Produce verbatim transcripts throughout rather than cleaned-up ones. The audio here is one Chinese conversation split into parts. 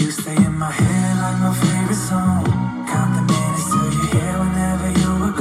stay in my head like my favorite song. Count the minutes till you're here whenever you were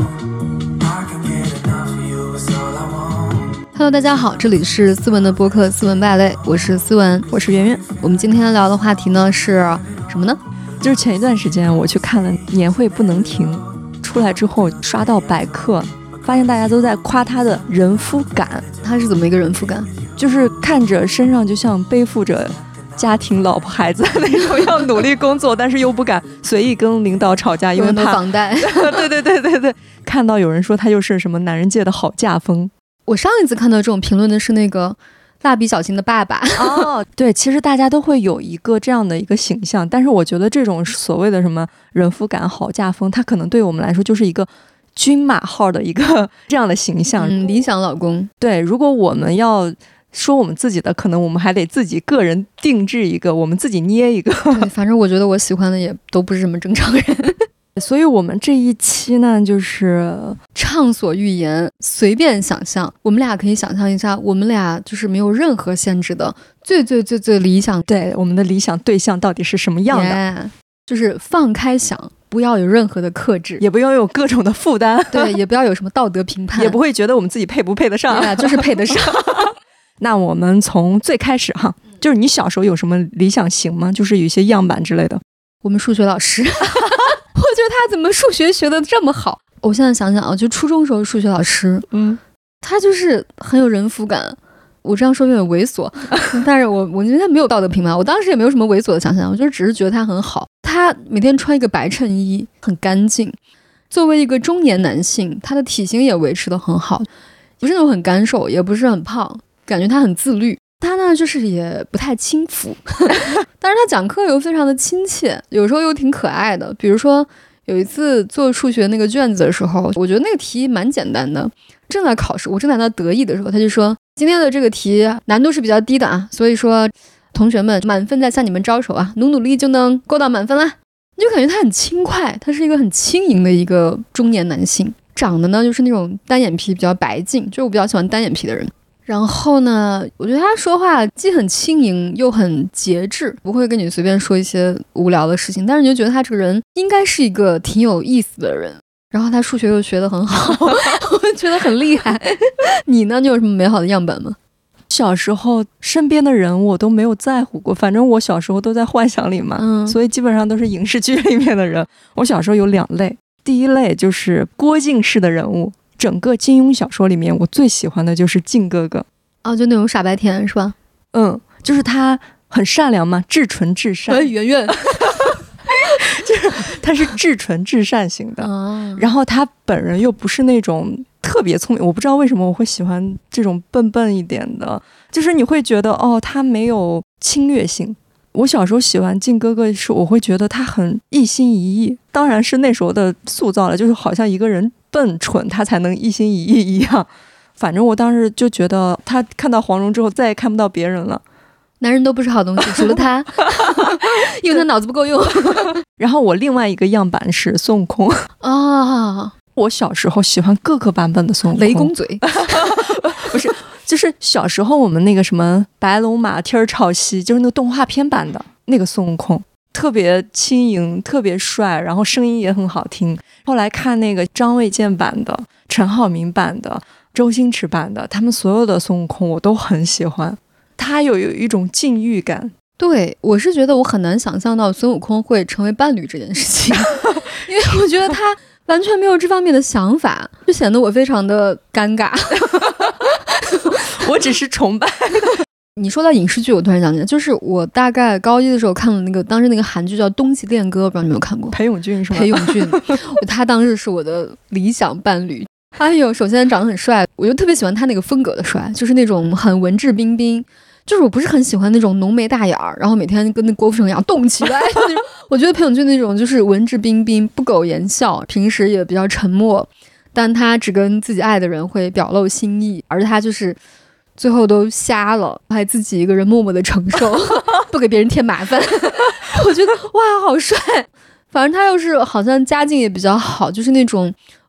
gone. I can get enough of you, it's all I want. Hello， 大家好，这里是思文的播客思文败类，我是思文， 我是圆圆。 我们今天聊的话题呢是什么呢？ 就是前一段时间我去看了年会不能停，出来之后刷到百科，发现大家都在夸他的人夫感。 他是怎么一个人夫感？ 就是看着身上就像背负着家庭老婆孩子那种，要努力工作但是又不敢随意跟领导吵架，因为怕房贷对对对对对，看到有人说他就是什么男人界的好嫁风。 我上一次看到这种评论的是那个蜡笔小新的爸爸。 哦，对，其实大家都会有一个这样的一个形象，但是我觉得这种所谓的什么人夫感好嫁风，它可能对我们来说就是一个军马号的一个这样的形象、 嗯、理想老公。 对，如果我们要说我们自己的，可能我们还得自己个人定制一个，我们自己捏一个。 对，反正我觉得我喜欢的也都不是什么正常人。 所以我们这一期呢，就是畅所欲言，随便想象。我们俩可以想象一下，我们俩就是没有任何限制的，最最最最理想， 对我们的理想对象到底是什么样的？ yeah, 就是放开想，不要有任何的克制， 也不要有各种的负担， 对，也不要有什么道德评判， 也不会觉得我们自己配不配得上， yeah, 就是配得上。 那我们从最开始哈，就是你小时候有什么理想型吗？就是有一些样板之类的。 我们数学老师，我觉得他怎么数学学得这么好？我现在想想啊，就初中时候数学老师， 嗯， 他就是很有人夫感。我这样说有点猥琐，但是我我觉得他没有道德评判，我当时也没有什么猥琐的想象，我就只是觉得他很好。他每天穿一个白衬衣，很干净。作为一个中年男性，他的体型也维持得很好，不是那种很干瘦，也不是很胖。感觉他很自律，他呢就是也不太轻浮，但是他讲课又非常的亲切，有时候又挺可爱的。比如说有一次做数学那个卷子的时候，我觉得那个题蛮简单的，正在考试，我正在那得意的时候，他就说今天的这个题难度是比较低的啊，所以说同学们满分在向你们招手啊，努努力就能够到满分啦。你就感觉他很轻快，他是一个很轻盈的一个中年男性，长得呢就是那种单眼皮比较白净，就是我比较喜欢单眼皮的人。然后呢，我觉得他说话既很轻盈又很节制，不会跟你随便说一些无聊的事情，但是你就觉得他这个人应该是一个挺有意思的人。然后他数学又学得很好，我觉得很厉害。你呢，你有什么美好的样本吗？ 小时候身边的人我都没有在乎过，反正我小时候都在幻想里嘛、嗯、所以基本上都是影视剧里面的人。我小时候有两类，第一类就是郭靖式的人物，整个金庸小说里面我最喜欢的就是靖哥哥。 哦，就那种傻白甜是吧？ 嗯，就是他很善良嘛，至纯至善。 哎，圆圆就是他是至纯至善型的、哦、然后他本人又不是那种特别聪明，我不知道为什么我会喜欢这种笨笨一点的，就是你会觉得哦，他没有侵略性。我小时候喜欢靖哥哥是我会觉得他很一心一意，当然是那时候的塑造了，就是好像一个人笨蠢他才能一心一意一样。反正我当时就觉得他看到黄蓉之后再也看不到别人了， 男人都不是好东西，除了他因为他脑子不够用。 然后我另外一个样板是孙悟空啊、哦， 我小时候喜欢各个版本的孙悟空。 雷公嘴不是，就是小时候我们那个什么白龙马天朝西，就是那个动画片版的那个孙悟空，特别轻盈特别帅，然后声音也很好听。后来看那个张卫健版的、陈浩民版的、周星驰版的，他们所有的孙悟空我都很喜欢，他有有一种禁欲感。 对，我是觉得我很难想象到孙悟空会成为伴侣这件事情因为我觉得他完全没有这方面的想法，就显得我非常的尴尬我只是崇拜你说到影视剧，我突然想起来，就是我大概高一的时候看了那个当时那个韩剧叫《冬季恋歌》，不知道你有没有看过？ 裴勇俊是吗？ 裴勇俊他当时是我的理想伴侣。哎呦，首先长得很帅，我就特别喜欢他那个风格的帅，就是那种很文质彬彬，就是我不是很喜欢那种浓眉大眼儿，然后每天跟那郭富城一样动起来我觉得裴勇俊那种就是文质彬彬，不苟言笑，平时也比较沉默，但他只跟自己爱的人会表露心意，而他就是最后都瞎了，还自己一个人默默的承受不给别人添麻烦我觉得哇好帅。反正他又是好像家境也比较好，就是那种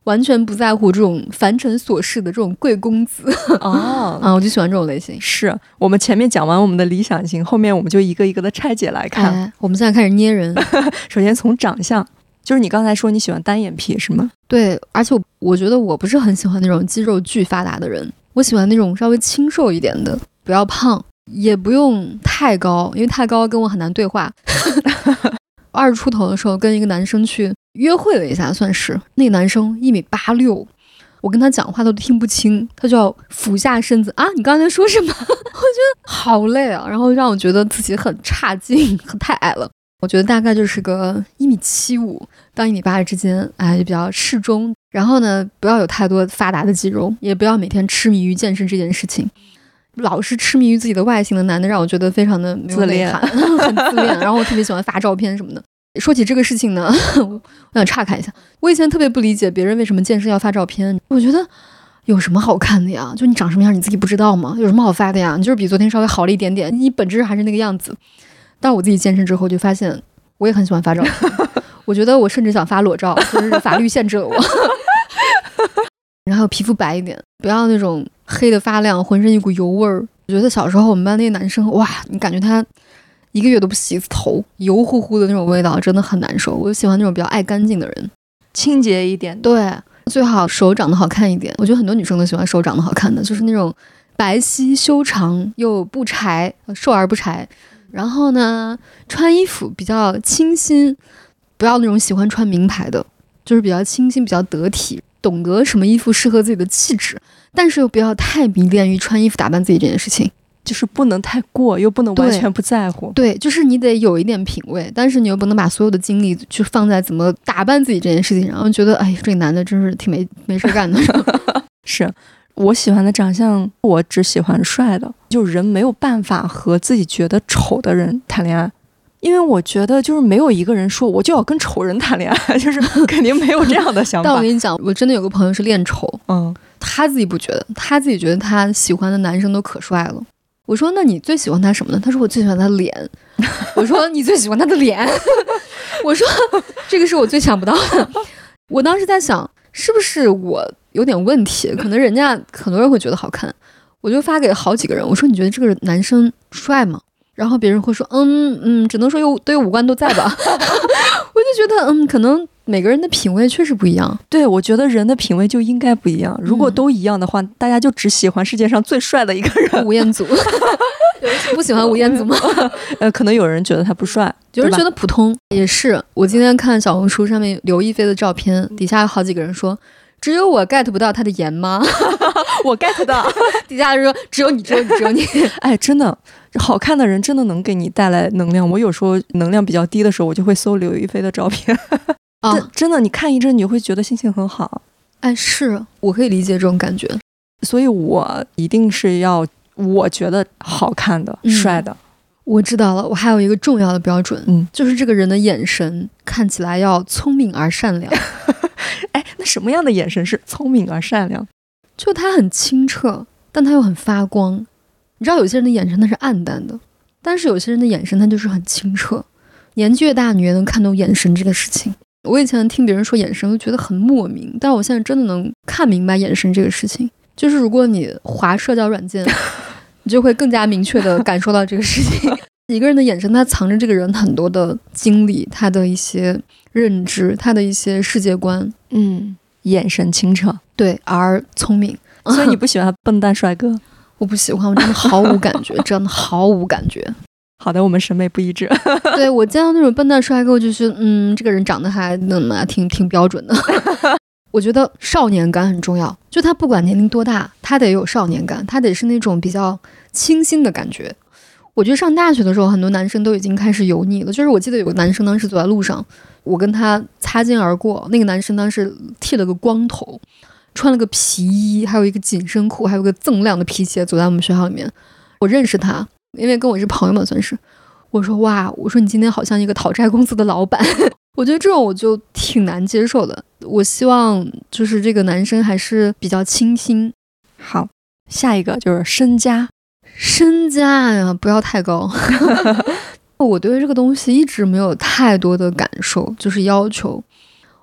完全不在乎这种凡尘琐事的这种贵公子。 哦啊，我就喜欢这种类型。 是我们前面讲完我们的理想型，后面我们就一个一个的拆解来看。 哎、我们现在开始捏人。 首先从长相，就是你刚才说你喜欢单眼皮是吗？ 对，而且我我觉得我不是很喜欢那种肌肉巨发达的人，我喜欢那种稍微清瘦一点的，不要胖，也不用太高，因为太高跟我很难对话。二十出头的时候跟一个男生去约会了一下，算是那个男生一米八六，我跟他讲话都听不清，他就要俯下身子啊，你刚才说什么？我觉得好累啊，然后让我觉得自己很差劲，很太矮了。我觉得大概就是个一米七五到一米八之间，哎，就比较适中。然后呢，不要有太多发达的肌肉，也不要每天痴迷于健身这件事情。老是痴迷于自己的外形的男的，让我觉得非常的没有内涵，很自恋。然后我特别喜欢发照片什么的。说起这个事情呢，我想岔开一下。我以前特别不理解别人为什么健身要发照片，我觉得有什么好看的呀？就你长什么样你自己不知道吗？有什么好发的呀？你就是比昨天稍微好了一点点，你本质还是那个样子。但我自己健身之后就发现，我也很喜欢发照片。我觉得我甚至想发裸照，就是法律限制了我。然后皮肤白一点，不要那种黑的发亮，浑身一股油味儿。我觉得小时候我们班那些男生，哇，你感觉他一个月都不洗一次头，油乎乎的那种味道，真的很难受。我就喜欢那种比较爱干净的人， 清洁一点。 对，最好手长得好看一点。我觉得很多女生都喜欢手长得好看的，就是那种白皙修长又不柴，瘦而不柴。然后呢，穿衣服比较清新，不要那种喜欢穿名牌的，就是比较清新，比较得体，懂得什么衣服适合自己的气质，但是又不要太迷恋于穿衣服打扮自己这件事情， 就是不能太过，又不能完全不在乎。 对，就是你得有一点品味，但是你又不能把所有的精力去放在怎么打扮自己这件事情上，然后觉得哎，这个男的真是挺没没事干的。 是。我喜欢的长相，我只喜欢帅的，就人没有办法和自己觉得丑的人谈恋爱，因为我觉得就是没有一个人说我就要跟丑人谈恋爱，就是肯定没有这样的想法。 但我跟你讲，我真的有个朋友是恋丑， 嗯， 他自己不觉得，他自己觉得他喜欢的男生都可帅了。我说那你最喜欢他什么呢？他说我最喜欢他的脸。我说你最喜欢他的脸？我说这个是我最想不到的。我当时在想，是不是我有点问题？可能人家很多人会觉得好看，我就发给好几个人，我说你觉得这个男生帅吗？然后别人会说嗯嗯，只能说有对五官都在吧。我就觉得嗯，可能每个人的品味确实不一样。 对，我觉得人的品味就应该不一样。如果都一样的话，嗯、大家就只喜欢世界上最帅的一个人。 吴彦祖。有人不喜欢吴彦祖吗？ 呃，可能有人觉得他不帅， 有人觉得普通。也是，我今天看小红书上面刘亦菲的照片，底下有好几个人说，只有我 get 不到她的颜吗？ 我 get 到。 底下人说只有你，只有你，只有你。 哎，真的，好看的人真的能给你带来能量。我有时候能量比较低的时候，我就会搜刘亦菲的照片。啊，真的，你看一阵，你会觉得心情很好。 哎，是我可以理解这种感觉， 所以我一定是要我觉得好看的、嗯、帅的。 我知道了，我还有一个重要的标准，嗯，就是这个人的眼神看起来要聪明而善良。 哎，那什么样的眼神是聪明而善良？ 就他很清澈，但他又很发光。你知道有些人的眼神他是暗淡的，但是有些人的眼神他就是很清澈。年纪越大，你越能看懂眼神这个事情。我以前听别人说眼神，我觉得很莫名，但我现在真的能看明白眼神这个事情。就是如果你滑社交软件，你就会更加明确地感受到这个事情。一个人的眼神，他藏着这个人很多的经历，他的一些认知，他的一些世界观。 嗯，眼神清澈， 对，而聪明。 所以你不喜欢笨蛋帅哥？ 我不喜欢，我真的毫无感觉，真的毫无感觉。 好的，我们审美不一致。 对，我见到那种笨蛋帅哥，我就觉得，嗯，这个人长得还那么挺挺标准的。我觉得少年感很重要，就他不管年龄多大，他得有少年感，他得是那种比较清新的感觉。我觉得上大学的时候，很多男生都已经开始油腻了。就是我记得有个男生当时走在路上，我跟他擦肩而过，那个男生当时剃了个光头，穿了个皮衣，还有一个紧身裤，还有个锃亮的皮鞋，走在我们学校里面。我认识他，因为跟我是朋友嘛，算是。我说哇，我说你今天好像一个讨债公司的老板。我觉得这种我就挺难接受的。我希望就是这个男生还是比较清新。 好，下一个就是身家。 身家呀，不要太高。我对这个东西一直没有太多的感受，就是要求。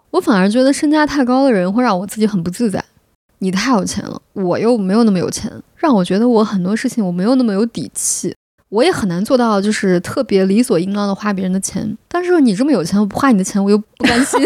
我反而觉得身价太高的人会让我自己很不自在。你太有钱了，我又没有那么有钱，让我觉得我很多事情我没有那么有底气，我也很难做到就是特别理所应当的花别人的钱。但是你这么有钱，我不花你的钱我又不甘心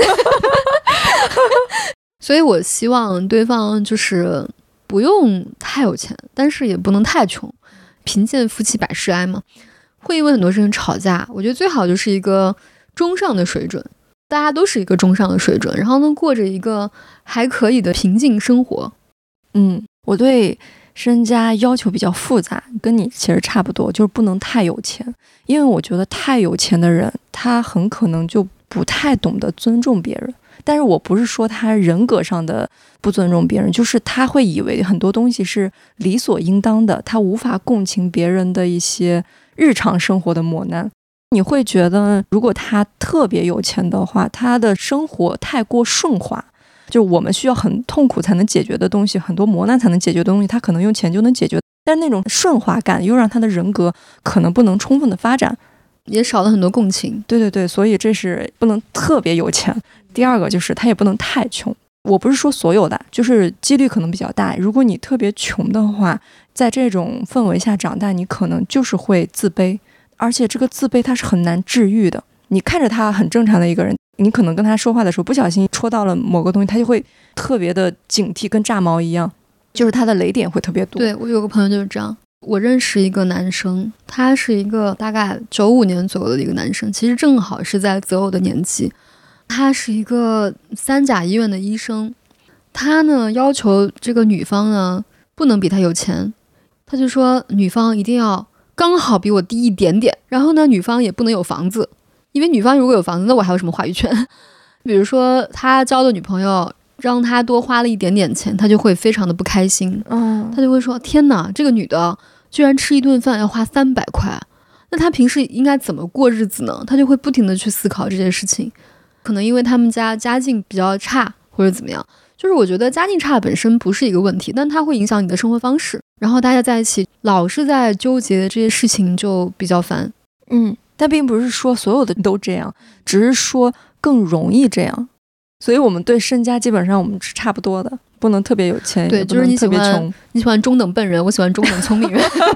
所以我希望对方就是不用太有钱，但是也不能太穷，贫贱夫妻百事哀嘛。会因为很多事情吵架，我觉得最好就是一个中上的水准，大家都是一个中上的水准，然后呢过着一个还可以的平静生活。 嗯，我对身家要求比较复杂，跟你其实差不多，就是不能太有钱。因为我觉得太有钱的人他很可能就不太懂得尊重别人，但是我不是说他人格上的不尊重别人，就是他会以为很多东西是理所应当的，他无法共情别人的一些日常生活的磨难。你会觉得如果他特别有钱的话，他的生活太过顺滑，就我们需要很痛苦才能解决的东西，很多磨难才能解决的东西，他可能用钱就能解决，但那种顺滑感又让他的人格可能不能充分的发展， 也少了很多共情。 对对对，所以这是不能特别有钱。第二个就是他也不能太穷，我不是说所有的，就是几率可能比较大，如果你特别穷的话，在这种氛围下长大，你可能就是会自卑，而且这个自卑它是很难治愈的。你看着他很正常的一个人，你可能跟他说话的时候不小心戳到了某个东西，他就会特别的警惕，跟炸毛一样，就是他的雷点会特别多。 对，我有个朋友就是这样，我认识一个男生，他是一个大概九五年左右的一个男生，其实正好是在择偶的年纪。他是一个三甲医院的医生，他呢要求这个女方呢不能比他有钱，他就说女方一定要刚好比我低一点点，然后呢女方也不能有房子，因为女方如果有房子，那我还有什么话语权？比如说他交的女朋友让他多花了一点点钱，他就会非常的不开心。 嗯， 他就会说天哪，这个女的居然吃一顿饭要花三百块，那她平时应该怎么过日子呢？他就会不停的去思考这件事情。可能因为他们家家境比较差或者怎么样，就是我觉得家境差本身不是一个问题，但它会影响你的生活方式，然后大家在一起老是在纠结这些事情就比较烦。 嗯，但并不是说所有的都这样，只是说更容易这样。所以我们对身家基本上我们是差不多的，不能特别有钱， 对，就是你喜欢你喜欢中等笨人，我喜欢中等聪明人。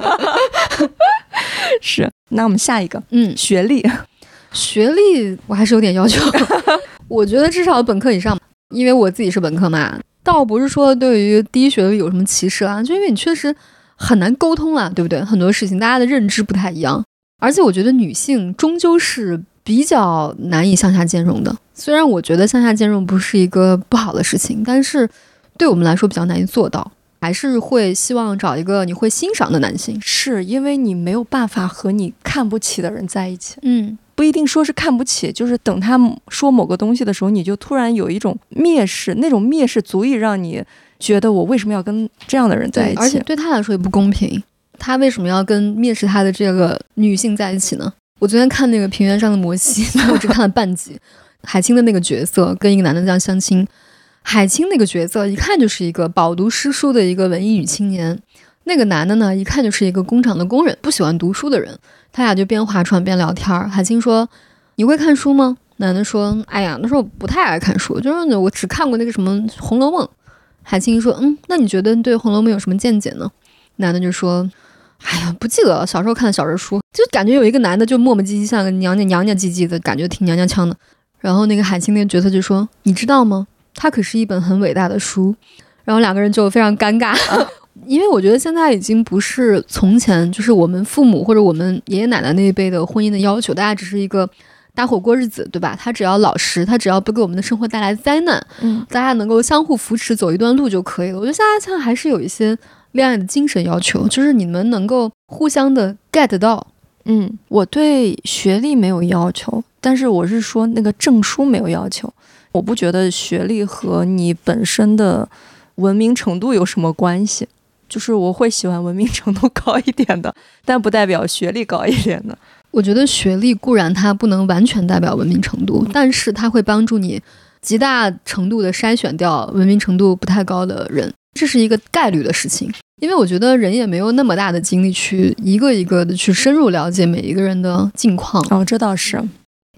是，那我们下一个， 嗯， 学历。 学历我还是有点要求，我觉得至少本科以上，因为我自己是本科嘛，倒不是说对于低学历有什么歧视啊，就因为你确实很难沟通啊，对不对？很多事情大家的认知不太一样，而且我觉得女性终究是比较难以向下兼容的。虽然我觉得向下兼容不是一个不好的事情，但是对我们来说比较难以做到，还是会希望找一个你会欣赏的男性， 是因为你没有办法和你看不起的人在一起。 嗯。 不一定说是看不起，就是等他说某个东西的时候，你就突然有一种蔑视，那种蔑视足以让你觉得我为什么要跟这样的人在一起， 而且对他来说也不公平，他为什么要跟蔑视他的这个女性在一起呢？我昨天看那个平原上的摩西，我只看了半集，海清的那个角色跟一个男的这样相亲，海清那个角色一看就是一个饱读诗书的一个文艺女青年，那个男的呢一看就是一个工厂的工人，不喜欢读书的人。他俩就边划船边聊天，海清说你会看书吗？男的说哎呀，那时候我不太爱看书，就是我只看过那个什么《红楼梦》。海清说嗯，那你觉得对《红楼梦》有什么见解呢？男的就说哎呀，不记得了，小时候看的小人书，就感觉有一个男的就磨磨唧唧，像个娘娘娘娘唧唧的，感觉挺娘娘腔的。然后那个海清那个角色就说你知道吗，它可是一本很伟大的书。然后两个人就非常尴尬。因为我觉得现在已经不是从前，就是我们父母或者我们爷爷奶奶那一辈的婚姻的要求，大家只是一个搭伙过日子，对吧？他只要老实，他只要不给我们的生活带来灾难， 嗯， 大家能够相互扶持走一段路就可以了。我觉得现在现在还是有一些恋爱的精神要求，就是你们能够互相的 get 到。 嗯，我对学历没有要求，但是我是说那个证书没有要求。我不觉得学历和你本身的文明程度有什么关系，就是我会喜欢文明程度高一点的，但不代表学历高一点的。 我觉得学历固然它不能完全代表文明程度，但是它会帮助你极大程度的筛选掉文明程度不太高的人，这是一个概率的事情。因为我觉得人也没有那么大的精力去一个一个的去深入了解每一个人的境况。 哦，这倒是。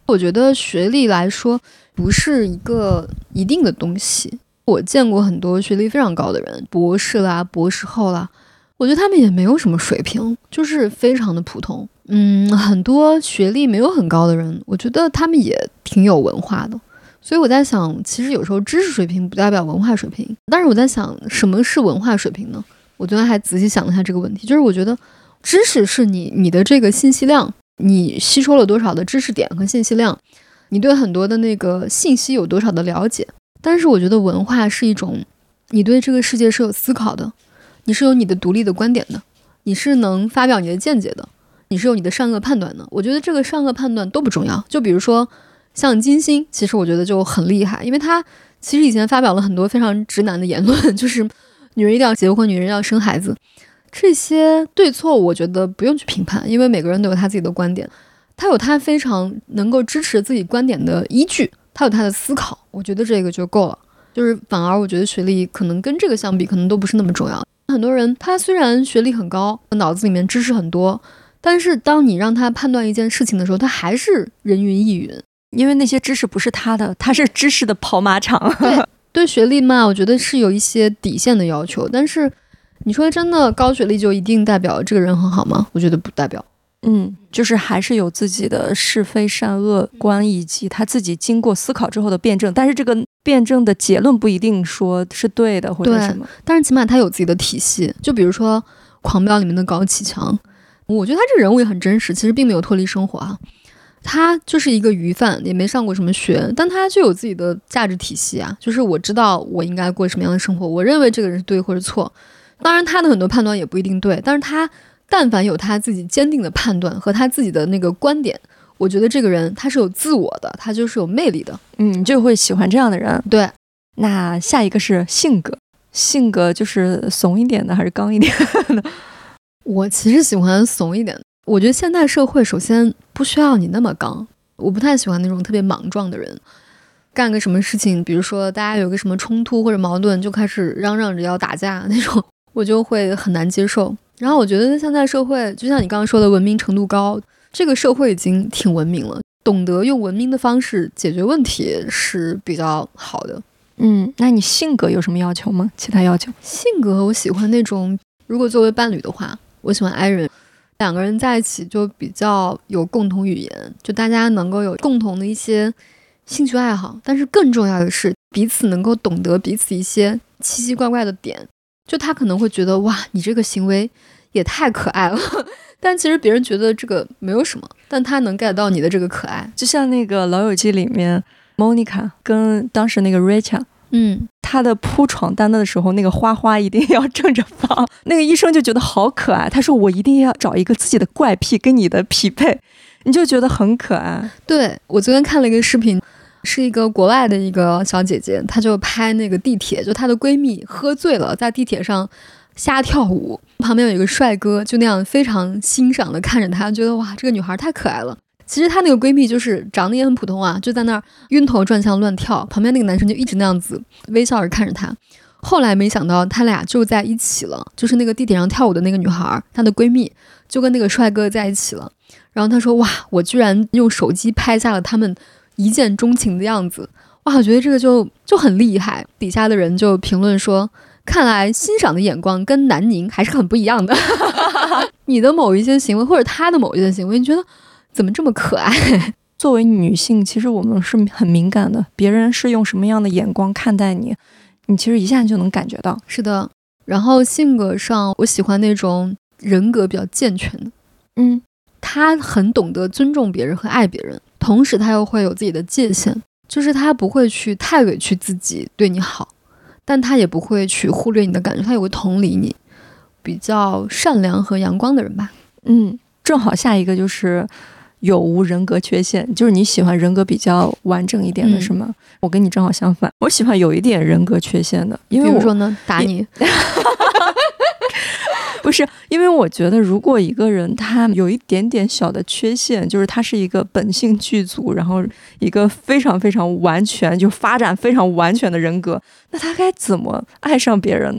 我觉得学历来说不是一个一定的东西。我见过很多学历非常高的人，博士啦、博士后啦，我觉得他们也没有什么水平，就是非常的普通。嗯，很多学历没有很高的人，我觉得他们也挺有文化的。所以我在想，其实有时候知识水平不代表文化水平。但是我在想，什么是文化水平呢？我昨天还仔细想了一下这个问题，就是我觉得知识是你你的这个信息量，你吸收了多少的知识点和信息量，你对很多的那个信息有多少的了解。但是我觉得文化是一种，你对这个世界是有思考的，你是有你的独立的观点的，你是能发表你的见解的，你是有你的善恶判断的。我觉得这个善恶判断都不重要。就比如说像金星，其实我觉得就很厉害，因为他其实以前发表了很多非常直男的言论，就是女人一定要结婚，女人要生孩子，这些对错我觉得不用去评判，因为每个人都有他自己的观点，他有他非常能够支持自己观点的依据，他有他的思考，我觉得这个就够了。就是反而我觉得学历可能跟这个相比可能都不是那么重要。很多人他虽然学历很高，脑子里面知识很多，但是当你让他判断一件事情的时候，他还是人云亦云， 因为那些知识不是他的，他是知识的跑马场。 对，对学历嘛，我觉得是有一些底线的要求，但是你说真的高学历就一定代表这个人很好吗？我觉得不代表。 嗯，就是还是有自己的是非善恶观，以及他自己经过思考之后的辩证，但是这个辩证的结论不一定说是对的或者什么， 但是起码他有自己的体系。就比如说狂飙里面的高启强，我觉得他这个人物也很真实，其实并没有脱离生活啊，他就是一个鱼贩，也没上过什么学，但他就有自己的价值体系啊，就是我知道我应该过什么样的生活，我认为这个人是对或者错。当然他的很多判断也不一定对，但是他但凡有他自己坚定的判断和他自己的那个观点，我觉得这个人他是有自我的，他就是有魅力的。 嗯，就会喜欢这样的人。 对， 那下一个是性格，性格就是怂一点的还是刚一点的？ 我其实喜欢怂一点的。我觉得现代社会首先不需要你那么刚，我不太喜欢那种特别莽撞的人，干个什么事情，比如说大家有个什么冲突或者矛盾就开始嚷嚷着要打架那种，我就会很难接受。然后我觉得现在社会就像你刚刚说的文明程度高，这个社会已经挺文明了，懂得用文明的方式解决问题是比较好的。 嗯，那你性格有什么要求吗？其他要求？ 性格我喜欢那种，如果作为伴侣的话，我喜欢 I 人，两个人在一起就比较有共同语言，就大家能够有共同的一些兴趣爱好，但是更重要的是彼此能够懂得彼此一些奇奇怪怪的点。就他可能会觉得哇，你这个行为也太可爱了，但其实别人觉得这个没有什么，但他能 get 到你的这个可爱。 就像那个老友记里面 Monica 跟当时那个 Rachel， 嗯， 他的铺床单的时候那个花花一定要正着放，那个医生就觉得好可爱，他说我一定要找一个自己的怪癖跟你的匹配，你就觉得很可爱。 对，我昨天看了一个视频，是一个国外的一个小姐姐，她就拍那个地铁，就她的闺蜜喝醉了在地铁上瞎跳舞，旁边有一个帅哥就那样非常欣赏的看着她，觉得哇这个女孩太可爱了。其实她那个闺蜜就是长得也很普通啊，就在那儿晕头转向乱跳，旁边那个男生就一直那样子微笑着看着她。后来没想到他俩就在一起了，就是那个地铁上跳舞的那个女孩，她的闺蜜就跟那个帅哥在一起了。然后她说哇，我居然用手机拍下了他们一见钟情的样子，哇，我觉得这个就就很厉害。底下的人就评论说，看来欣赏的眼光跟南宁还是很不一样的。你的某一些行为或者他的某一些行为，你觉得怎么这么可爱？ 作为女性，其实我们是很敏感的，别人是用什么样的眼光看待你，你其实一下就能感觉到。 是的。然后性格上，我喜欢那种人格比较健全的。 嗯， 他很懂得尊重别人和爱别人，同时他又会有自己的界限，就是他不会去太委屈自己对你好，但他也不会去忽略你的感受，他也会同理你，比较善良和阳光的人吧。 嗯，正好下一个就是有无人格缺陷，就是你喜欢人格比较完整一点的是吗？嗯、我跟你正好相反，我喜欢有一点人格缺陷的。因为我比如说呢，打你。 不是，因为我觉得如果一个人他有一点点小的缺陷，就是他是一个本性具足，然后一个非常非常完全就发展非常完全的人格，那他该怎么爱上别人呢？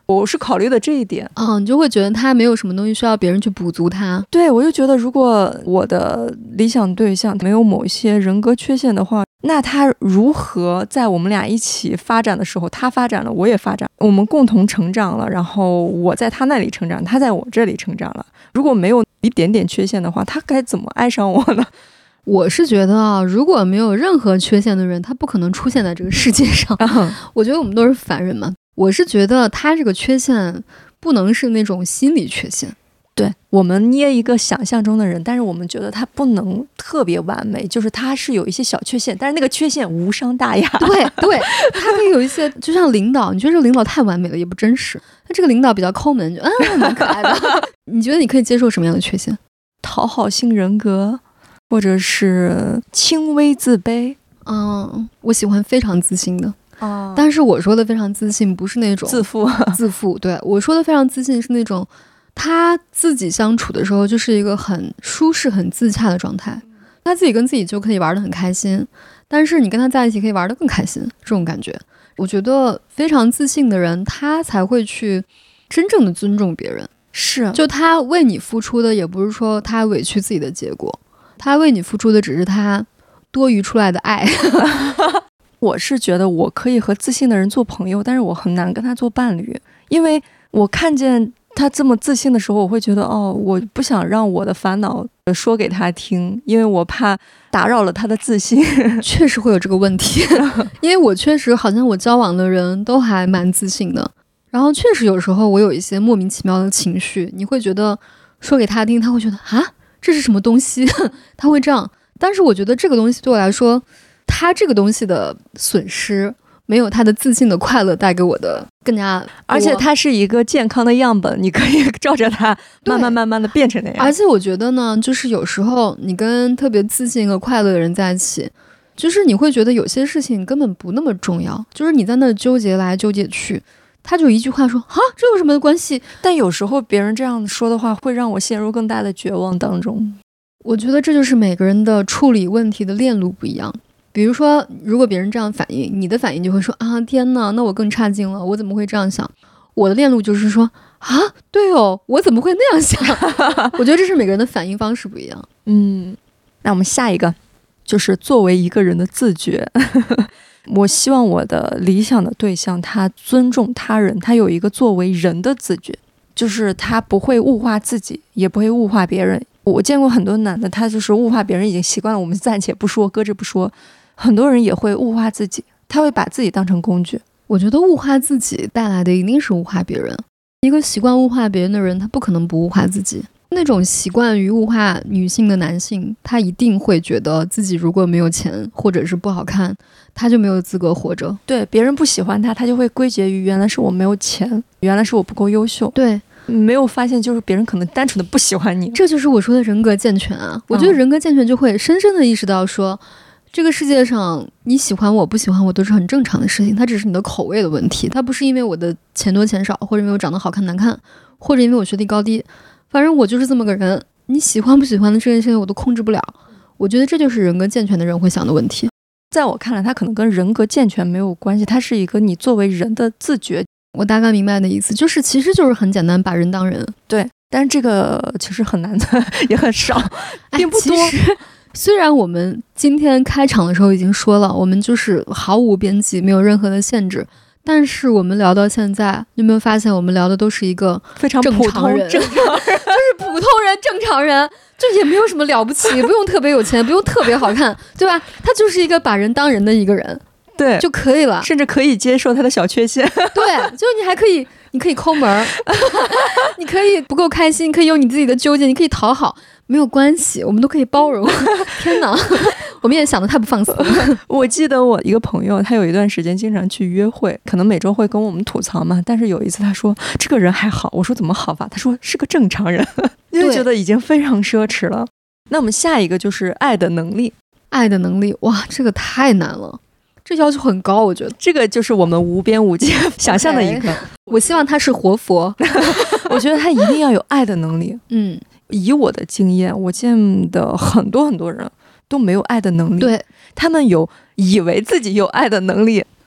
我是考虑的这一点。 哦，你就会觉得他没有什么东西需要别人去补足他。 对，我就觉得如果我的理想对象没有某些人格缺陷的话，那他如何在我们俩一起发展的时候，他发展了，我也发展，我们共同成长了，然后我在他那里成长，他在我这里成长了。如果没有一点点缺陷的话，他该怎么爱上我呢？ 我是觉得啊，如果没有任何缺陷的人，他不可能出现在这个世界上。我觉得我们都是凡人嘛。我是觉得他这个缺陷不能是那种心理缺陷。 对，我们捏一个想象中的人，但是我们觉得他不能特别完美，就是他是有一些小缺陷，但是那个缺陷无伤大雅。 对对，他可以有一些，就像领导，你觉得这个领导太完美了也不真实，那这个领导比较抠门，就嗯蛮可爱的。你觉得你可以接受什么样的缺陷？ 讨好性人格，或者是轻微自卑。 嗯，我喜欢非常自信的。 哦， 但是我说的非常自信不是那种自负自负，对，我说的非常自信是那种他自己相处的时候就是一个很舒适很自洽的状态，他自己跟自己就可以玩得很开心，但是你跟他在一起可以玩得更开心，这种感觉。我觉得非常自信的人他才会去真正的尊重别人， 是， 就他为你付出的也不是说他委屈自己的结果，他为你付出的只是他多余出来的爱。 我是觉得我可以和自信的人做朋友，但是我很难跟他做伴侣，因为我看见他这么自信的时候，我会觉得哦，我不想让我的烦恼说给他听，因为我怕打扰了他的自信。 确实会有这个问题，因为我确实好像我交往的人都还蛮自信的，然后确实有时候我有一些莫名其妙的情绪，你会觉得说给他听，他会觉得啊这是什么东西，他会这样。但是我觉得这个东西对我来说，他这个东西的损失没有他的自信的快乐带给我的更加多， 而且它是一个健康的样本，你可以照着它慢慢慢慢的变成那样。 而且我觉得呢，就是有时候你跟特别自信和快乐的人在一起，就是你会觉得有些事情根本不那么重要，就是你在那纠结来纠结去，他就一句话说啊这有什么关系， 但有时候别人这样说的话会让我陷入更大的绝望当中。 我觉得这就是每个人的处理问题的链路不一样。比如说如果别人这样反应，你的反应就会说啊天哪，那我更差劲了，我怎么会这样想。我的链路就是说啊对哦，我怎么会那样想。我觉得这是每个人的反应方式不一样。 嗯，那我们下一个就是作为一个人的自觉。我希望我的理想的对象他尊重他人，他有一个作为人的自觉，就是他不会物化自己，也不会物化别人。我见过很多男的，他就是物化别人已经习惯了，我们暂且不说，搁置不说。很多人也会物化自己，他会把自己当成工具。 我觉得物化自己带来的一定是物化别人。一个习惯物化别人的人，他不可能不物化自己。那种习惯于物化女性的男性，他一定会觉得自己如果没有钱或者是不好看，他就没有资格活着。 对，别人不喜欢他，他就会归结于原来是我没有钱，原来是我不够优秀。 对， 没有发现就是别人可能单纯的不喜欢你。 这就是我说的人格健全啊。我觉得人格健全就会深深的意识到说，这个世界上你喜欢我不喜欢我都是很正常的事情，它只是你的口味的问题，它不是因为我的钱多钱少，或者因为我长得好看难看，或者因为我学历高低，反正我就是这么个人，你喜欢不喜欢的这件事情我都控制不了。我觉得这就是人格健全的人会想的问题。 在我看来，它可能跟人格健全没有关系，它是一个你作为人的自觉。 我大概明白的意思，就是其实就是很简单，把人当人。 对，但是这个其实很难的，也很少，并不多。 哎、其实虽然我们今天开场的时候已经说了，我们就是毫无边际，没有任何的限制，但是我们聊到现在，你有没有发现我们聊的都是一个非常正常人， 正常人就是普通人、正常人，就也没有什么了不起，不用特别有钱，不用特别好看，对吧？他就是一个把人当人的一个人， 对就可以了， 甚至可以接受他的小缺陷。 对，就你还可以，你可以抠门你可以不够开心，可以有你自己的纠结，你可以讨好。没有关系，我们都可以包容。天哪，我们也想得太不放肆了。 我记得我一个朋友，他有一段时间经常去约会，可能每周会跟我们吐槽嘛。但是有一次他说这个人还好，我说怎么好法？他说是个正常人，因为觉得已经非常奢侈了。那我们下一个就是爱的能力。 爱的能力，哇，这个太难了，这要求很高，我觉得这个就是我们无边无际想象的一个。Okay. 我希望他是活佛， 我觉得他一定要有爱的能力。 嗯。 以我的经验，我见的很多很多人都没有爱的能力。 对， 他们有以为自己有爱的能力，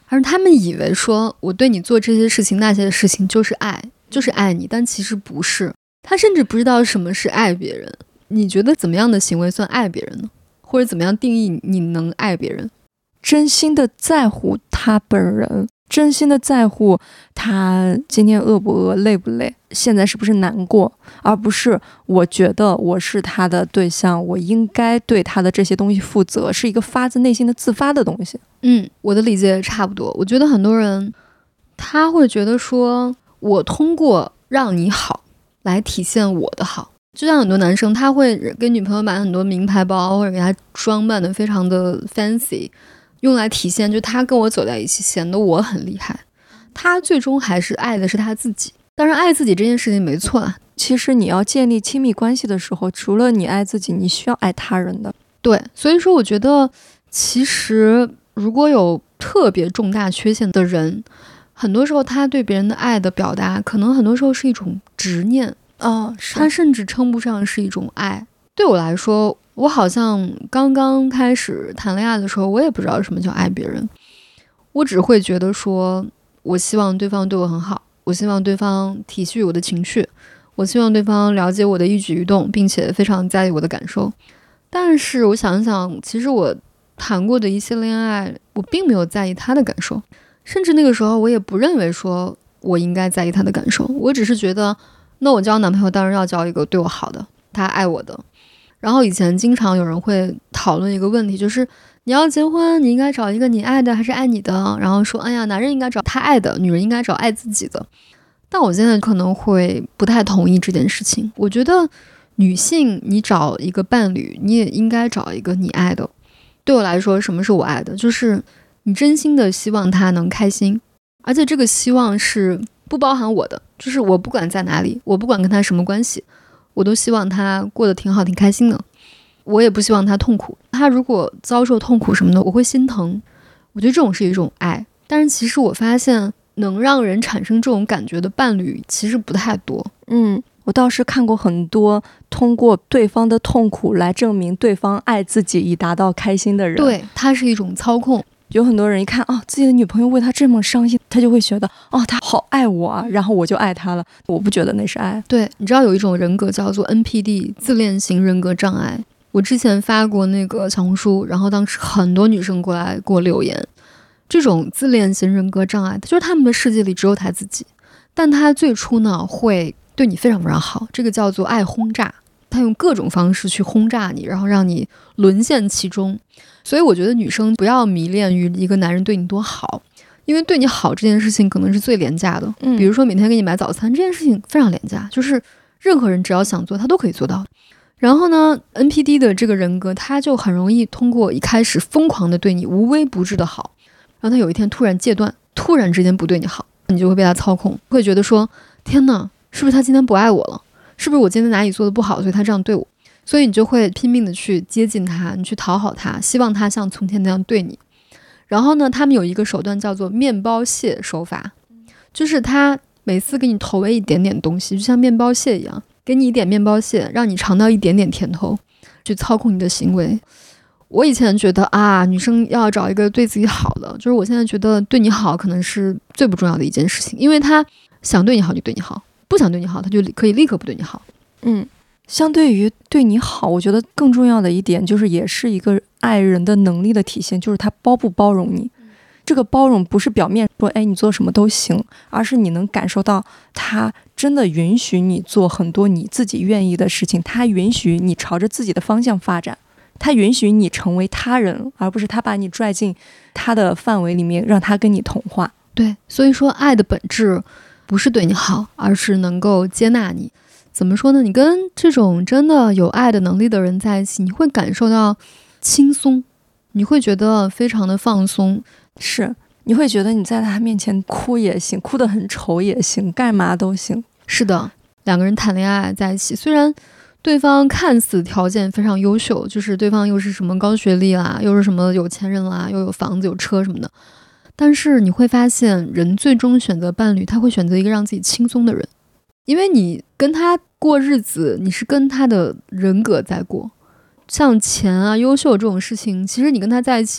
而他们以为说我对你做这些事情那些事情就是爱，就是爱你，但其实不是。他甚至不知道什么是爱别人。你觉得怎么样的行为算爱别人呢？或者怎么样定义你能爱别人？ 真心的在乎他本人，真心的在乎他今天饿不饿，累不累，现在是不是难过，而不是我觉得我是他的对象，我应该对他的这些东西负责，是一个发自内心的自发的东西。 嗯，我的理解也差不多。我觉得很多人他会觉得说我通过让你好来体现我的好，就像很多男生他会给女朋友买很多名牌包，或者给她装扮的非常的 fancy， 用来体现就他跟我走在一起显得我很厉害。他最终还是爱的是他自己。当然爱自己这件事情没错啊， 其实你要建立亲密关系的时候，除了你爱自己，你需要爱他人的。 对，所以说我觉得其实如果有特别重大缺陷的人，很多时候他对别人的爱的表达可能很多时候是一种执念。 哦，是。 他甚至称不上是一种爱。对我来说，我好像刚刚开始谈恋爱的时候，我也不知道什么叫爱别人，我只会觉得说我希望对方对我很好，我希望对方体恤我的情绪，我希望对方了解我的一举一动，并且非常在意我的感受。但是我想想，其实我谈过的一些恋爱，我并没有在意他的感受，甚至那个时候我也不认为说我应该在意他的感受，我只是觉得那我交男朋友当然要交一个对我好的，他爱我的。然后以前经常有人会讨论一个问题，就是你要结婚，你应该找一个你爱的还是爱你的？然后说，哎呀，男人应该找他爱的，女人应该找爱自己的。但我现在可能会不太同意这件事情。我觉得女性，你找一个伴侣，你也应该找一个你爱的。对我来说，什么是我爱的？就是你真心的希望他能开心，而且这个希望是不包含我的，就是我不管在哪里，我不管跟他什么关系，我都希望他过得挺好挺开心的。我也不希望他痛苦，他如果遭受痛苦什么的，我会心疼。我觉得这种是一种爱。但是其实我发现能让人产生这种感觉的伴侣其实不太多。 嗯，我倒是看过很多通过对方的痛苦来证明对方爱自己以达到开心的人。 对，它是一种操控。 有很多人一看哦，自己的女朋友为他这么伤心，他就会觉得哦，他好爱我啊，然后我就爱他了。我不觉得那是爱。 对，你知道有一种人格叫做 N P D 自恋型人格障碍。我之前发过那个小红书，然后当时很多女生过来给我留言，这种自恋型人格障碍就是他们的世界里只有他自己，但他最初呢会对你非常非常好，这个叫做爱轰炸，他用各种方式去轰炸你，然后让你沦陷其中。所以我觉得女生不要迷恋于一个男人对你多好，因为对你好这件事情可能是最廉价的。嗯，比如说每天给你买早餐这件事情非常廉价，就是任何人只要想做他都可以做到。然后呢 N P D 的这个人格他就很容易通过一开始疯狂的对你无微不至的好，然后他有一天突然戒断，突然之间不对你好，你就会被他操控，会觉得说天哪，是不是他今天不爱我了，是不是我今天哪里做的不好，所以他这样对我，所以你就会拼命的去接近他，你去讨好他，希望他像从前那样对你。然后呢他们有一个手段叫做面包蟹手法，就是他每次给你投喂一点点东西，就像面包蟹一样，给你一点面包蟹，让你尝到一点点甜头，去操控你的行为。我以前觉得啊，女生要找一个对自己好的，就是我现在觉得对你好可能是最不重要的一件事情，因为他想对你好就对你好，不想对你好他就可以立刻不对你好。 嗯，相对于对你好，我觉得更重要的一点就是也是一个爱人的能力的体现，就是他包不包容你。这个包容不是表面说哎你做什么都行，而是你能感受到他真的允许你做很多你自己愿意的事情，他允许你朝着自己的方向发展，他允许你成为他人，而不是他把你拽进他的范围里面让他跟你同化。 对，所以说爱的本质不是对你好，而是能够接纳你。怎么说呢，你跟这种真的有爱的能力的人在一起，你会感受到轻松，你会觉得非常的放松。 是，你会觉得你在他面前哭也行，哭得很丑也行，干嘛都行。 是的，两个人谈恋爱在一起，虽然对方看似条件非常优秀，就是对方又是什么高学历啦，又是什么有钱人啦，又有房子有车什么的，但是你会发现人最终选择伴侣，他会选择一个让自己轻松的人，因为你跟他过日子，你是跟他的人格在过。像钱啊优秀这种事情，其实你跟他在一起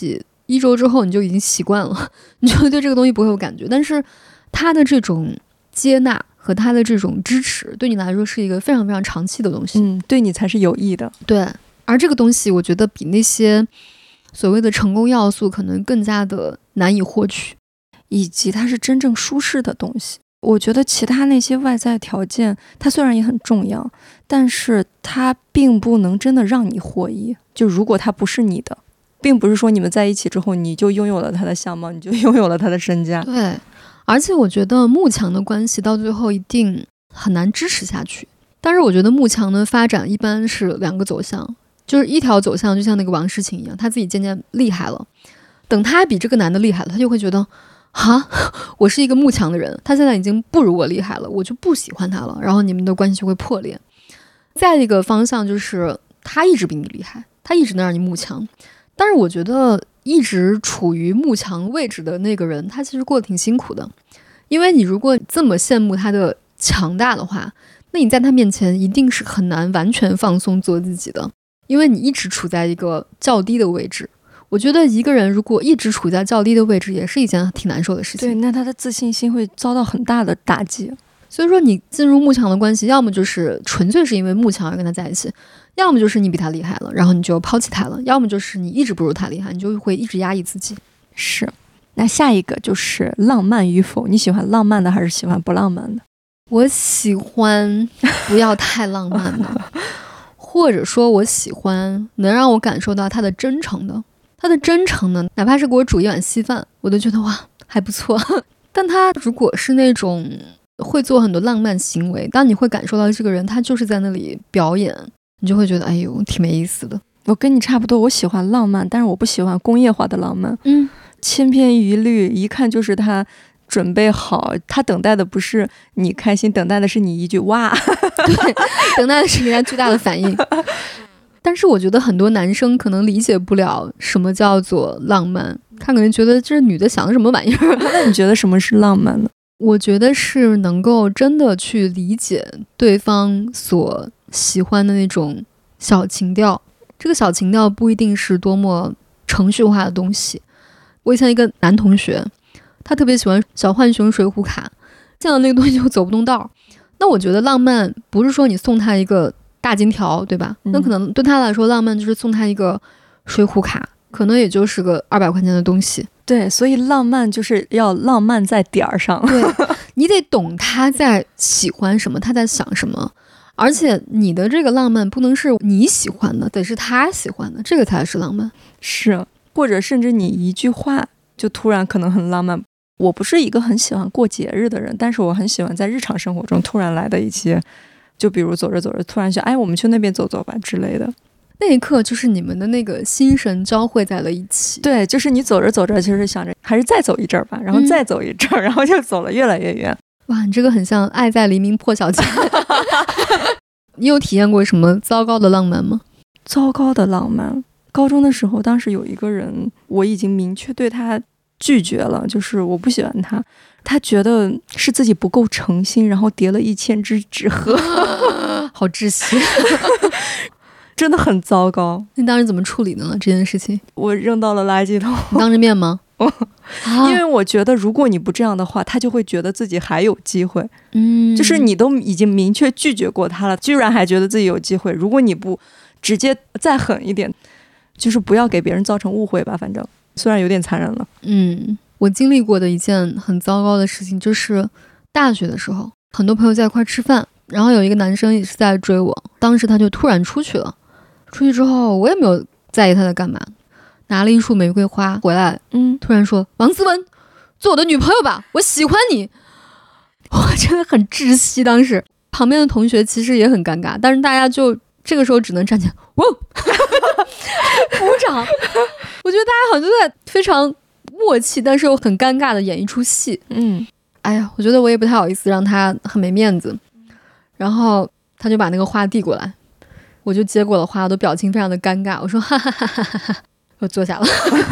一周之后你就已经习惯了，你就会对这个东西不会有感觉。但是他的这种接纳和他的这种支持，对你来说是一个非常非常长期的东西。 嗯，对你才是有益的。 对，而这个东西我觉得比那些所谓的成功要素可能更加的难以获取， 以及它是真正舒适的东西。我觉得其他那些外在条件，它虽然也很重要，但是它并不能真的让你获益。就如果它不是你的，并不是说你们在一起之后你就拥有了他的相貌，你就拥有了他的身家。 对，而且我觉得慕强的关系到最后一定很难支持下去。但是我觉得慕强的发展一般是两个走向，就是一条走向就像那个王诗晴一样，他自己渐渐厉害了，等他比这个男的厉害了，他就会觉得哈，我是一个慕强的人，他现在已经不如我厉害了，我就不喜欢他了，然后你们的关系就会破裂。再一个方向就是他一直比你厉害，他一直能让你慕强，但是我觉得一直处于慕强位置的那个人，他其实过得挺辛苦的，因为你如果这么羡慕他的强大的话，那你在他面前一定是很难完全放松做自己的，因为你一直处在一个较低的位置。我觉得一个人如果一直处在较低的位置，也是一件挺难受的事情。 对，那他的自信心会遭到很大的打击。 所以说你进入慕强的关系，要么就是纯粹是因为慕强而跟他在一起，要么就是你比他厉害了，然后你就抛弃他了，要么就是你一直不如他厉害，你就会一直压抑自己。 是。那下一个就是浪漫与否，你喜欢浪漫的还是喜欢不浪漫的？ 我喜欢不要太浪漫的或者说我喜欢能让我感受到他的真诚的。他的真诚呢，哪怕是给我煮一碗稀饭，我都觉得哇还不错。但他如果是那种会做很多浪漫行为，当你会感受到这个人他就是在那里表演，你就会觉得哎呦挺没意思的。 我跟你差不多，我喜欢浪漫，但是我不喜欢工业化的浪漫。 嗯， 千篇一律，一看就是他准备好，他等待的不是你开心，等待的是你一句哇。 对，等待的是人家巨大的反应。但是我觉得很多男生可能理解不了什么叫做浪漫，他可能觉得这女的想的什么玩意儿。 那你觉得什么是浪漫呢？ 我觉得是能够真的去理解对方所喜欢的那种小情调。这个小情调不一定是多么程序化的东西。我以前一个男同学，他特别喜欢小浣熊水浒卡，见到那个东西就走不动道。那我觉得浪漫不是说你送他一个大金条，对吧？那可能对他来说浪漫就是送他一个水浒卡，可能也就是个二百块钱的东西。 对，所以浪漫就是要浪漫在点儿上。 对，你得懂他在喜欢什么，他在想什么，而且你的这个浪漫不能是你喜欢的，得是他喜欢的，这个才是浪漫。 是，或者甚至你一句话就突然可能很浪漫。我不是一个很喜欢过节日的人，但是我很喜欢在日常生活中突然来的一些，就比如走着走着突然想，哎，我们去那边走走吧之类的。 那一刻就是你们的那个心神交汇在了一起。 对，就是你走着走着其实想着还是再走一阵儿吧，然后再走一阵儿、嗯、然后就走了越来越远。 哇，你这个很像爱在黎明破晓前。你有体验过什么糟糕的浪漫吗？ 糟糕的浪漫，高中的时候当时有一个人我已经明确对他拒绝了，就是我不喜欢他，他觉得是自己不够诚心，然后叠了一千只纸鹤。 好窒息。 真的很糟糕。 你当时怎么处理的呢？这件事情我扔到了垃圾桶。 你当着面吗？ 因为我觉得如果你不这样的话，他就会觉得自己还有机会。 嗯， 就是你都已经明确拒绝过他了，居然还觉得自己有机会。如果你不直接再狠一点，就是不要给别人造成误会吧，反正虽然有点残忍了。 嗯，我经历过的一件很糟糕的事情，就是大学的时候，很多朋友在一块吃饭，然后有一个男生也是在追我，当时他就突然出去了。出去之后我也没有在意他在干嘛，拿了一束玫瑰花回来，嗯，突然说王思文，做我的女朋友吧，我喜欢你。我真的很窒息，当时旁边的同学其实也很尴尬，但是大家就这个时候只能站起来哇鼓掌。我觉得大家好像都在非常默契但是又很尴尬的演一出戏。 嗯， 哎呀，我觉得我也不太好意思让他很没面子，然后他就把那个花递过来，我就接过了花，我的表情非常的尴尬，我说哈哈哈哈哈哈，我坐下了。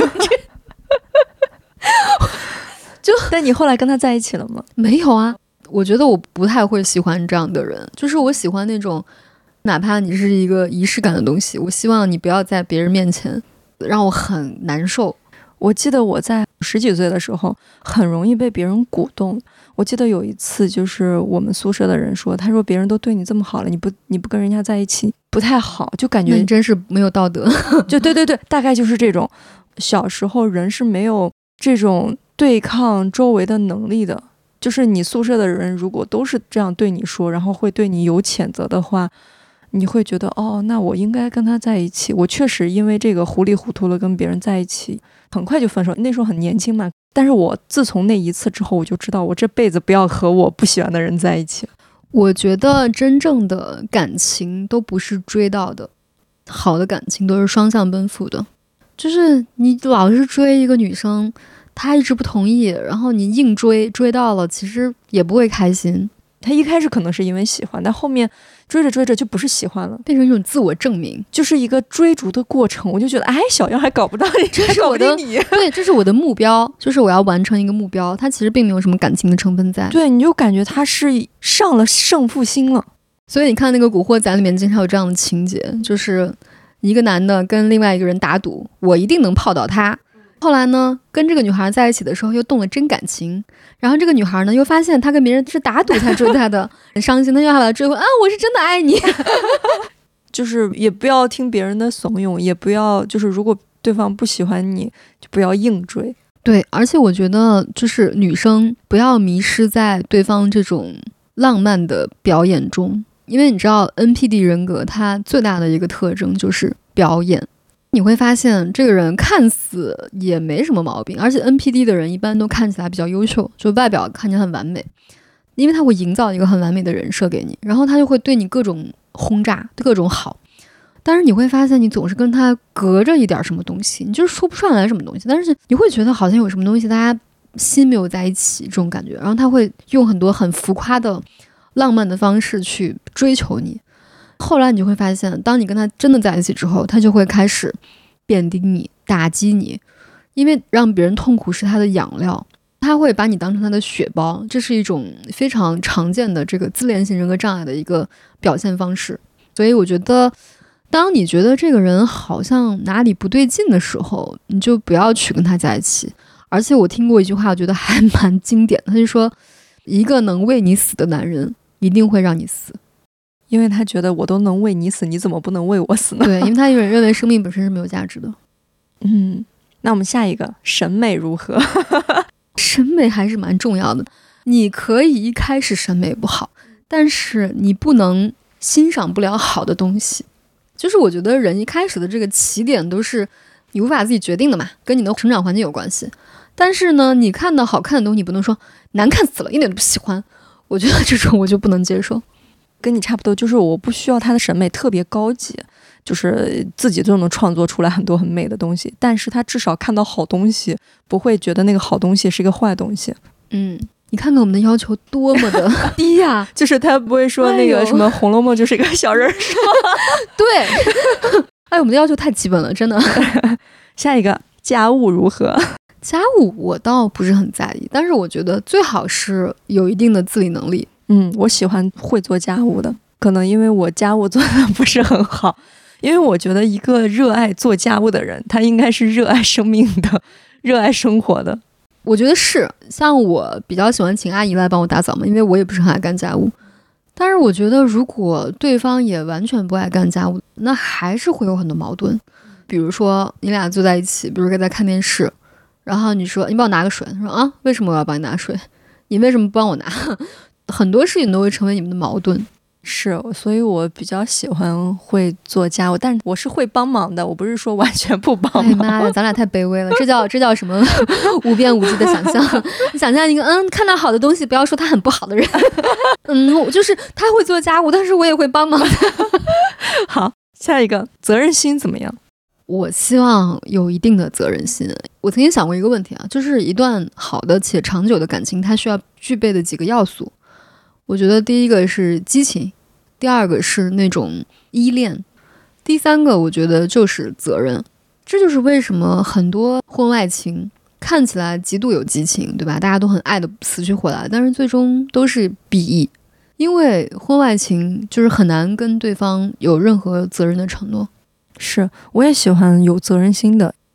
就但你后来跟他在一起了吗？ 没有啊，我觉得我不太会喜欢这样的人，就是我喜欢那种哪怕你是一个仪式感的东西，我希望你不要在别人面前让我很难受。 我记得我在十几岁的时候很容易被别人鼓动。我记得有一次就是我们宿舍的人说，他说别人都对你这么好了，你不你不跟人家在一起不太好，就感觉你真是没有道德。 就对对对，大概就是这种。小时候人是没有这种对抗周围的能力的，就是你宿舍的人如果都是这样对你说，然后会对你有谴责的话，你会觉得哦，那我应该跟他在一起。我确实因为这个糊里糊涂了跟别人在一起，很快就分手。那时候很年轻嘛，但是我自从那一次之后，我就知道我这辈子不要和我不喜欢的人在一起。 我觉得真正的感情都不是追到的，好的感情都是双向奔赴的。就是你老是追一个女生，她一直不同意，然后你硬追，追到了，其实也不会开心。 他一开始可能是因为喜欢，但后面追着追着就不是喜欢了， 变成一种自我证明， 就是一个追逐的过程。我就觉得，哎，小样还搞不到你， 这是我的你对，这是我的目标，就是我要完成一个目标。它其实并没有什么感情的成分在。 对，你就感觉他是上了胜负心了。 所以你看那个《古惑仔》里面经常有这样的情节，就是一个男的跟另外一个人打赌，我一定能泡到他。后来呢，跟这个女孩在一起的时候又动了真感情，然后这个女孩呢又发现他跟别人是打赌才追她的，很伤心，他又要把他追回啊，我是真的爱你。 就是也不要听别人的怂恿，也不要就是如果对方不喜欢你，就不要硬追。 对，而且我觉得就是女生不要迷失在对方这种浪漫的表演中，因为你知道 N P D 人格它最大的一个特征就是表演。你会发现这个人看似也没什么毛病，而且 N P D 的人一般都看起来比较优秀，就外表看起来很完美，因为他会营造一个很完美的人设给你，然后他就会对你各种轰炸，各种好。但是你会发现你总是跟他隔着一点什么东西，你就是说不上来什么东西，但是你会觉得好像有什么东西大家心没有在一起这种感觉，然后他会用很多很浮夸的浪漫的方式去追求你。后来你就会发现，当你跟他真的在一起之后，他就会开始贬低你，打击你，因为让别人痛苦是他的养料，他会把你当成他的血包，这是一种非常常见的这个自恋型人格障碍的一个表现方式。所以我觉得当你觉得这个人好像哪里不对劲的时候，你就不要去跟他在一起。而且我听过一句话，我觉得还蛮经典的，他就说一个能为你死的男人一定会让你死， 因为他觉得我都能为你死，你怎么不能为我死呢？ 对，因为他认为生命本身是没有价值的。 嗯，那我们下一个审美如何？ 审美还是蛮重要的。你可以一开始审美不好，但是你不能欣赏不了好的东西。就是我觉得人一开始的这个起点都是你无法自己决定的嘛，跟你的成长环境有关系。但是呢，你看到好看的东西，你不能说难看死了，一点都不喜欢。我觉得这种我就不能接受。 跟你差不多，就是我不需要他的审美特别高级，就是自己就能创作出来很多很美的东西，但是他至少看到好东西，不会觉得那个好东西是一个坏东西。 嗯，你看看我们的要求多么的低呀、啊！ 就是他不会说那个什么《红楼梦》就是一个小人书。 对，哎，我们的要求太基本了，真的。 下一个家务如何？ 家务我倒不是很在意，但是我觉得最好是有一定的自理能力。 嗯，我喜欢会做家务的，可能因为我家务做的不是很好，因为我觉得一个热爱做家务的人，他应该是热爱生命的，热爱生活的。 我觉得是，像我比较喜欢请阿姨来帮我打扫嘛，因为我也不是很爱干家务。但是我觉得如果对方也完全不爱干家务，那还是会有很多矛盾。比如说你俩坐在一起，比如说在看电视，然后你说你帮我拿个水，他说啊，为什么我要帮你拿水？你为什么不帮我拿？很多事情都会成为你们的矛盾。 是，所以我比较喜欢会做家务，但是我是会帮忙的，我不是说完全不帮忙。 哎妈呀，咱俩太卑微了，这叫这叫什么无边无际的想象？你想象一个嗯，看到好的东西，不要说他很不好的人。嗯，我就是他会做家务，但是我也会帮忙。 好，下一个责任心怎么样？ 我希望有一定的责任心。我曾经想过一个问题啊，就是一段好的且长久的感情，它需要具备的几个要素。我觉得第一个是激情，第二个是那种依恋，第三个我觉得就是责任。这就是为什么很多婚外情看起来极度有激情，对吧？大家都很爱的死去活来，但是最终都是鄙夷，因为婚外情就是很难跟对方有任何责任的承诺。 是，我也喜欢有责任心的，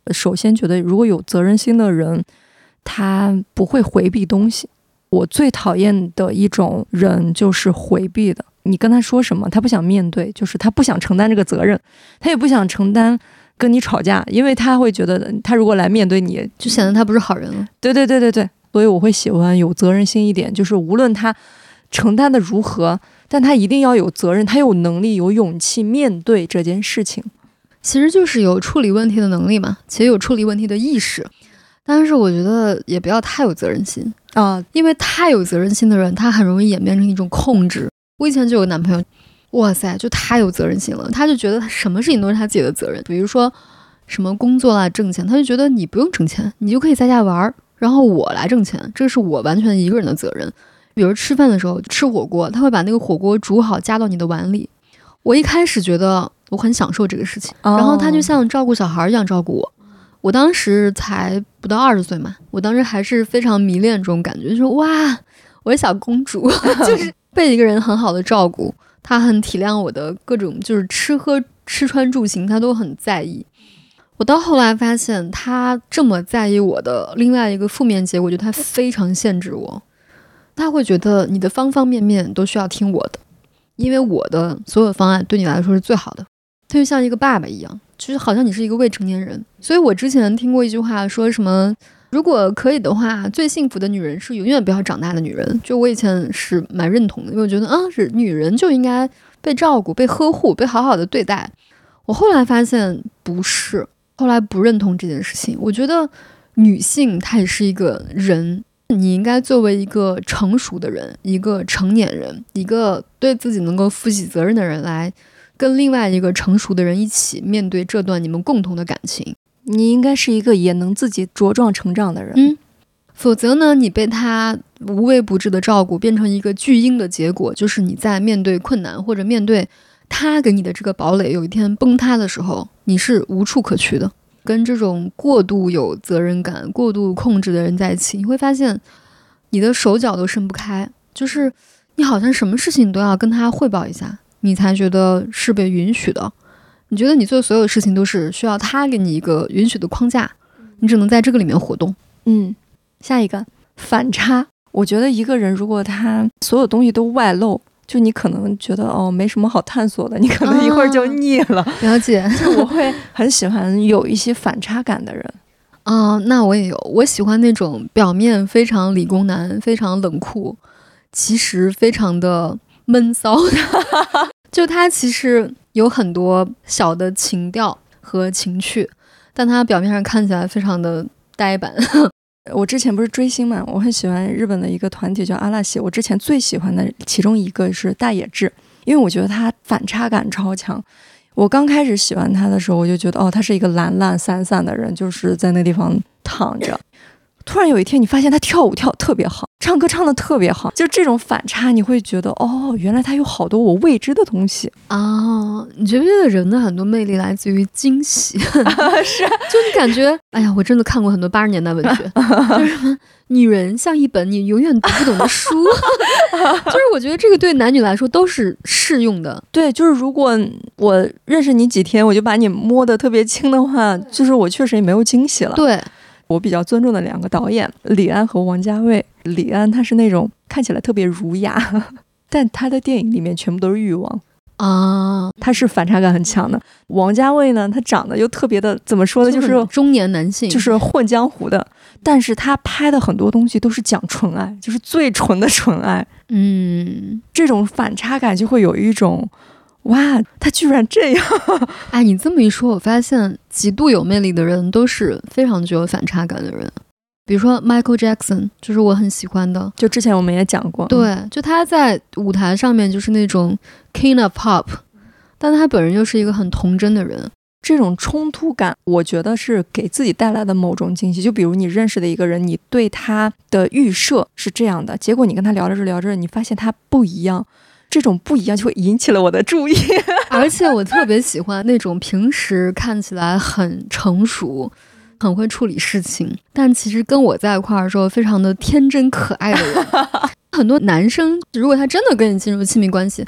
首先觉得如果有责任心的人，他不会回避东西。我最讨厌的一种人就是回避的，你跟他说什么他不想面对，就是他不想承担这个责任，他也不想承担跟你吵架，因为他会觉得他如果来面对你就显得他不是好人了。 对对对对对，所以我会喜欢有责任心一点，就是无论他承担的如何，但他一定要有责任，他有能力有勇气面对这件事情。 其实就是有处理问题的能力嘛，且有处理问题的意识。但是我觉得也不要太有责任心啊，因为太有责任心的人，他很容易演变成一种控制。我以前就有个男朋友，哇塞，就太有责任心了，他就觉得他什么事情都是他自己的责任，比如说什么工作啦、挣钱，他就觉得你不用挣钱，你就可以在家玩，然后我来挣钱，这是我完全一个人的责任。比如吃饭的时候吃火锅，他会把那个火锅煮好加到你的碗里。我一开始觉得我很享受这个事情，然后他就像照顾小孩一样照顾我。我当时才不到二十岁嘛，我当时还是非常迷恋这种感觉，就说哇，我是小公主，就是被一个人很好的照顾，他很体谅我的各种就是吃喝吃穿住行，他都很在意。我到后来发现他这么在意我的另外一个负面结果，就他非常限制我，他会觉得你的方方面面都需要听我的，因为我的所有方案对你来说是最好的。他就像一个爸爸一样，就是好像你是一个未成年人。所以我之前听过一句话，说什么如果可以的话，最幸福的女人是永远不要长大的女人。就我以前是蛮认同的，因为我觉得啊，是女人就应该被照顾、被呵护、被好好的对待。我后来发现不是，后来不认同这件事情。我觉得女性她也是一个人，你应该作为一个成熟的人，一个成年人，一个对自己能够负起责任的人来跟另外一个成熟的人一起面对这段你们共同的感情。 你应该是一个也能自己茁壮成长的人， 嗯，否则呢，你被他无微不至的照顾变成一个巨婴的结果，就是你在面对困难或者面对他给你的这个堡垒有一天崩塌的时候，你是无处可去的。跟这种过度有责任感、过度控制的人在一起，你会发现你的手脚都伸不开，就是你好像什么事情都要跟他汇报一下，你才觉得是被允许的。你觉得你做的所有事情都是需要他给你一个允许的框架，你只能在这个里面活动。 嗯，下一个反差。我觉得一个人如果他所有东西都外露，就你可能觉得哦没什么好探索的，你可能一会儿就腻了。 啊、了解。 就我会很喜欢有一些反差感的人。 啊、呃，那我也有，我喜欢那种表面非常理工男、非常冷酷，其实非常的闷骚的。就他其实有很多小的情调和情趣，但他表面上看起来非常的呆板。 我之前不是追星嘛，我很喜欢日本的一个团体叫阿拉西，我之前最喜欢的其中一个是大野智，因为我觉得他反差感超强。我刚开始喜欢他的时候，我就觉得哦，他是一个懒懒散散的人，就是在那地方躺着。突然有一天你发现他跳舞跳得特别好，唱歌唱得特别好，就这种反差你会觉得哦，原来他有好多我未知的东西啊、哦！你觉不觉得人的很多魅力来自于惊喜？ 是，就你感觉哎呀，我真的看过很多八十年代文学，就是什么女人像一本你永远读不懂的书。就是我觉得这个对男女来说都是适用的。 对，就是如果我认识你几天我就把你摸得特别轻的话，就是我确实也没有惊喜了。 对， 我比较尊重的两个导演李安和王家卫。李安他是那种看起来特别儒雅，但他的电影里面全部都是欲望啊， 他是反差感很强的。王家卫呢，他长得又特别的怎么说呢，就是中年男性， 就是混江湖的，但是他拍的很多东西都是讲纯爱，就是最纯的纯爱。 嗯， 这种反差感就会有一种哇，他居然这样。 哎，你这么一说，我发现极度有魅力的人都是非常具有反差感的人。比如说 Michael Jackson， 就是我很喜欢的， 就之前我们也讲过， 对，就他在舞台上面就是那种 King of Pop， 但他本人又是一个很童真的人。 这种冲突感我觉得是给自己带来的某种惊喜。就比如你认识的一个人，你对他的预设是这样的，结果你跟他聊着聊着你发现他不一样，这种不一样就会引起了我的注意。 而且我特别喜欢那种平时看起来很成熟很会处理事情，但其实跟我在一块儿的时候非常的天真可爱的人。很多男生如果他真的跟你进入亲密关系，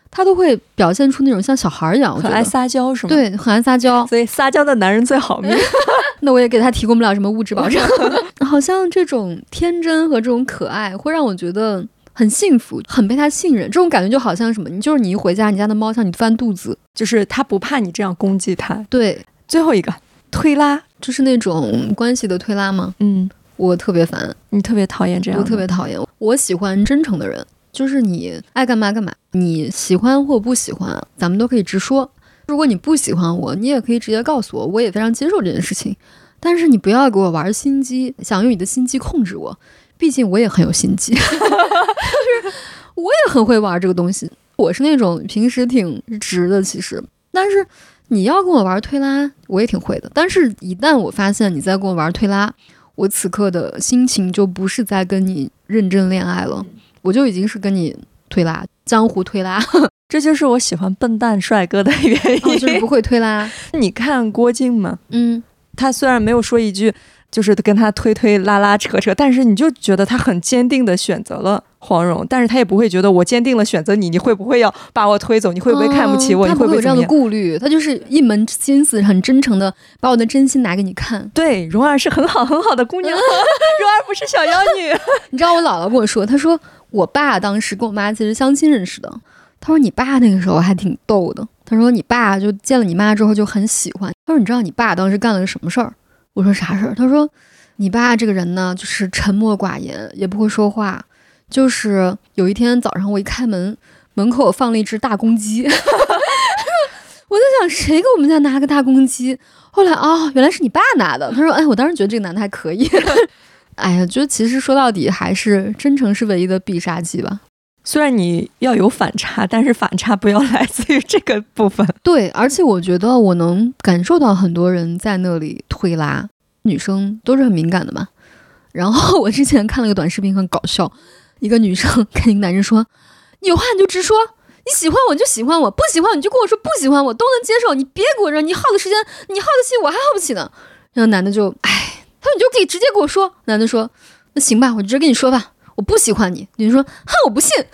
他都会表现出那种像小孩一样， 很爱撒娇是吗？ 对，很爱撒娇， 所以撒娇的男人最好命。 那我也给他提供不了什么物质保障。好像这种天真和这种可爱会让我觉得很幸福，很被他信任。这种感觉就好像什么，你就是你一回家，你家的猫向你翻肚子， 就是他不怕你这样攻击他。 对， 最后一个推拉， 就是那种关系的推拉吗？ 嗯， 我特别烦， 你特别讨厌这样， 我特别讨厌。我喜欢真诚的人，就是你爱干嘛干嘛，你喜欢或不喜欢，咱们都可以直说。如果你不喜欢我，你也可以直接告诉我，我也非常接受这件事情。但是你不要给我玩心机，想用你的心机控制我，毕竟我也很有心机，就是我也很会玩这个东西。我是那种平时挺直的，其实，但是你要跟我玩推拉，我也挺会的。但是一旦我发现你在跟我玩推拉，我此刻的心情就不是在跟你认真恋爱了，我就已经是跟你推拉，江湖推拉。 这就是我喜欢笨蛋帅哥的原因， 哦，就是不会推拉。 你看郭靖吗？ 嗯， 他虽然没有说一句就是跟他推推拉拉扯扯，但是你就觉得他很坚定的选择了黄蓉，但是他也不会觉得我坚定了选择你，你会不会要把我推走？你会不会看不起我？ 嗯、 你会不会有这样的顾虑？他就是一门心思，很真诚的把我的真心拿给你看。 对，蓉儿是很好很好的姑娘，蓉儿不是小妖女。 你知道我姥姥跟我说，她说我爸当时跟我妈其实相亲认识的。他说你爸那个时候还挺逗的。他说你爸就见了你妈之后就很喜欢。他说你知道你爸当时干了个什么事儿？我说啥事儿？他说你爸这个人呢，就是沉默寡言，也不会说话。就是有一天早上我一开门，门口放了一只大公鸡。我在想谁给我们家拿个大公鸡？后来啊、哦，原来是你爸拿的。他说哎，我当时觉得这个男的还可以。哎呀，就其实说到底还是真诚是唯一的必杀技吧。 虽然你要有反差，但是反差不要来自于这个部分。 对，而且我觉得我能感受到很多人在那里推拉，女生都是很敏感的嘛。然后我之前看了个短视频，很搞笑，一个女生跟一个男人说：“你有话你就直说，你喜欢我你就喜欢我，不喜欢你就跟我说不喜欢我，都能接受，你别给我这，你耗的时间，你耗得起，我还耗不起呢。”然后男的就，哎，他说你就可以直接跟我说。男的说：“那行吧，我直接跟你说吧。”我不喜欢你，你说哼，我不信。所以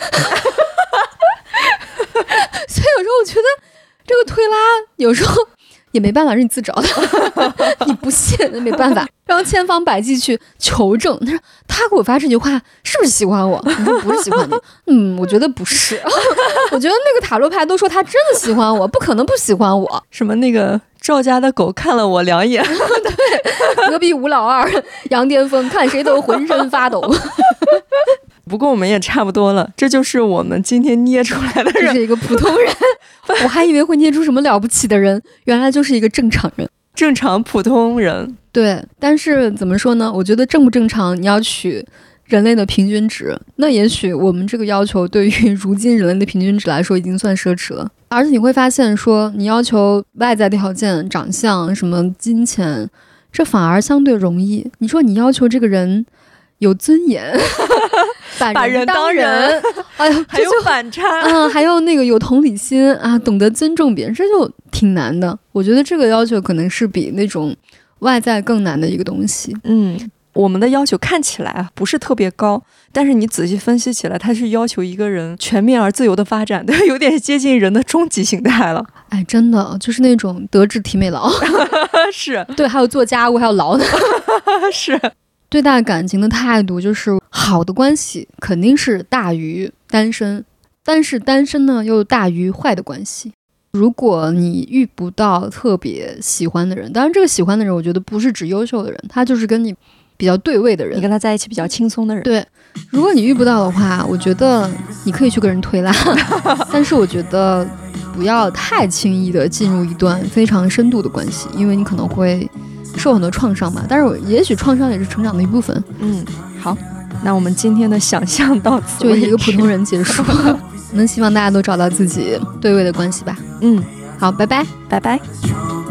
有时候我觉得这个推拉有时候也没办法，是你自找的。你不信那没办法，然后千方百计去求证。他说他给我发这句话是不是喜欢我？你说不是喜欢你，嗯，我觉得不是。我觉得那个塔罗牌都说他真的喜欢我，不可能不喜欢我。 什么那个赵家的狗看了我两眼。 对，隔壁吴老二杨巅峰看谁都浑身发抖。 不过我们也差不多了，这就是我们今天捏出来的人， 这是一个普通人。我还以为会捏出什么了不起的人，原来就是一个正常人， 正常普通人。 对，但是怎么说呢？我觉得正不正常，你要取人类的平均值。那也许我们这个要求对于如今人类的平均值来说，已经算奢侈了。而且你会发现说，你要求外在条件、长相、什么金钱，这反而相对容易。你说你要求这个人有尊严。把人当人，哎呦， 还有反差啊，还有那个有同理心啊，懂得尊重别人，这就挺难的。我觉得这个要求可能是比那种外在更难的一个东西。 嗯，我们的要求看起来不是特别高，但是你仔细分析起来，它是要求一个人全面而自由的发展，对，有点接近人的终极形态了。 哎，真的就是那种德智体美劳。 是， 对，还有做家务，还有劳的。 是。 对待感情的态度就是好的关系肯定是大于单身，但是单身呢又大于坏的关系。如果你遇不到特别喜欢的人，当然这个喜欢的人我觉得不是指优秀的人，他就是跟你比较对位的人， 你跟他在一起比较轻松的人。 对，如果你遇不到的话，我觉得你可以去跟人推拉。但是我觉得不要太轻易的进入一段非常深度的关系，因为你可能会受很多创伤嘛，但是也许创伤也是成长的一部分。 嗯，好，那我们今天的想象到此就以一个普通人结束。那希望大家都找到自己对位的关系吧。 嗯， 好，拜拜， 拜拜。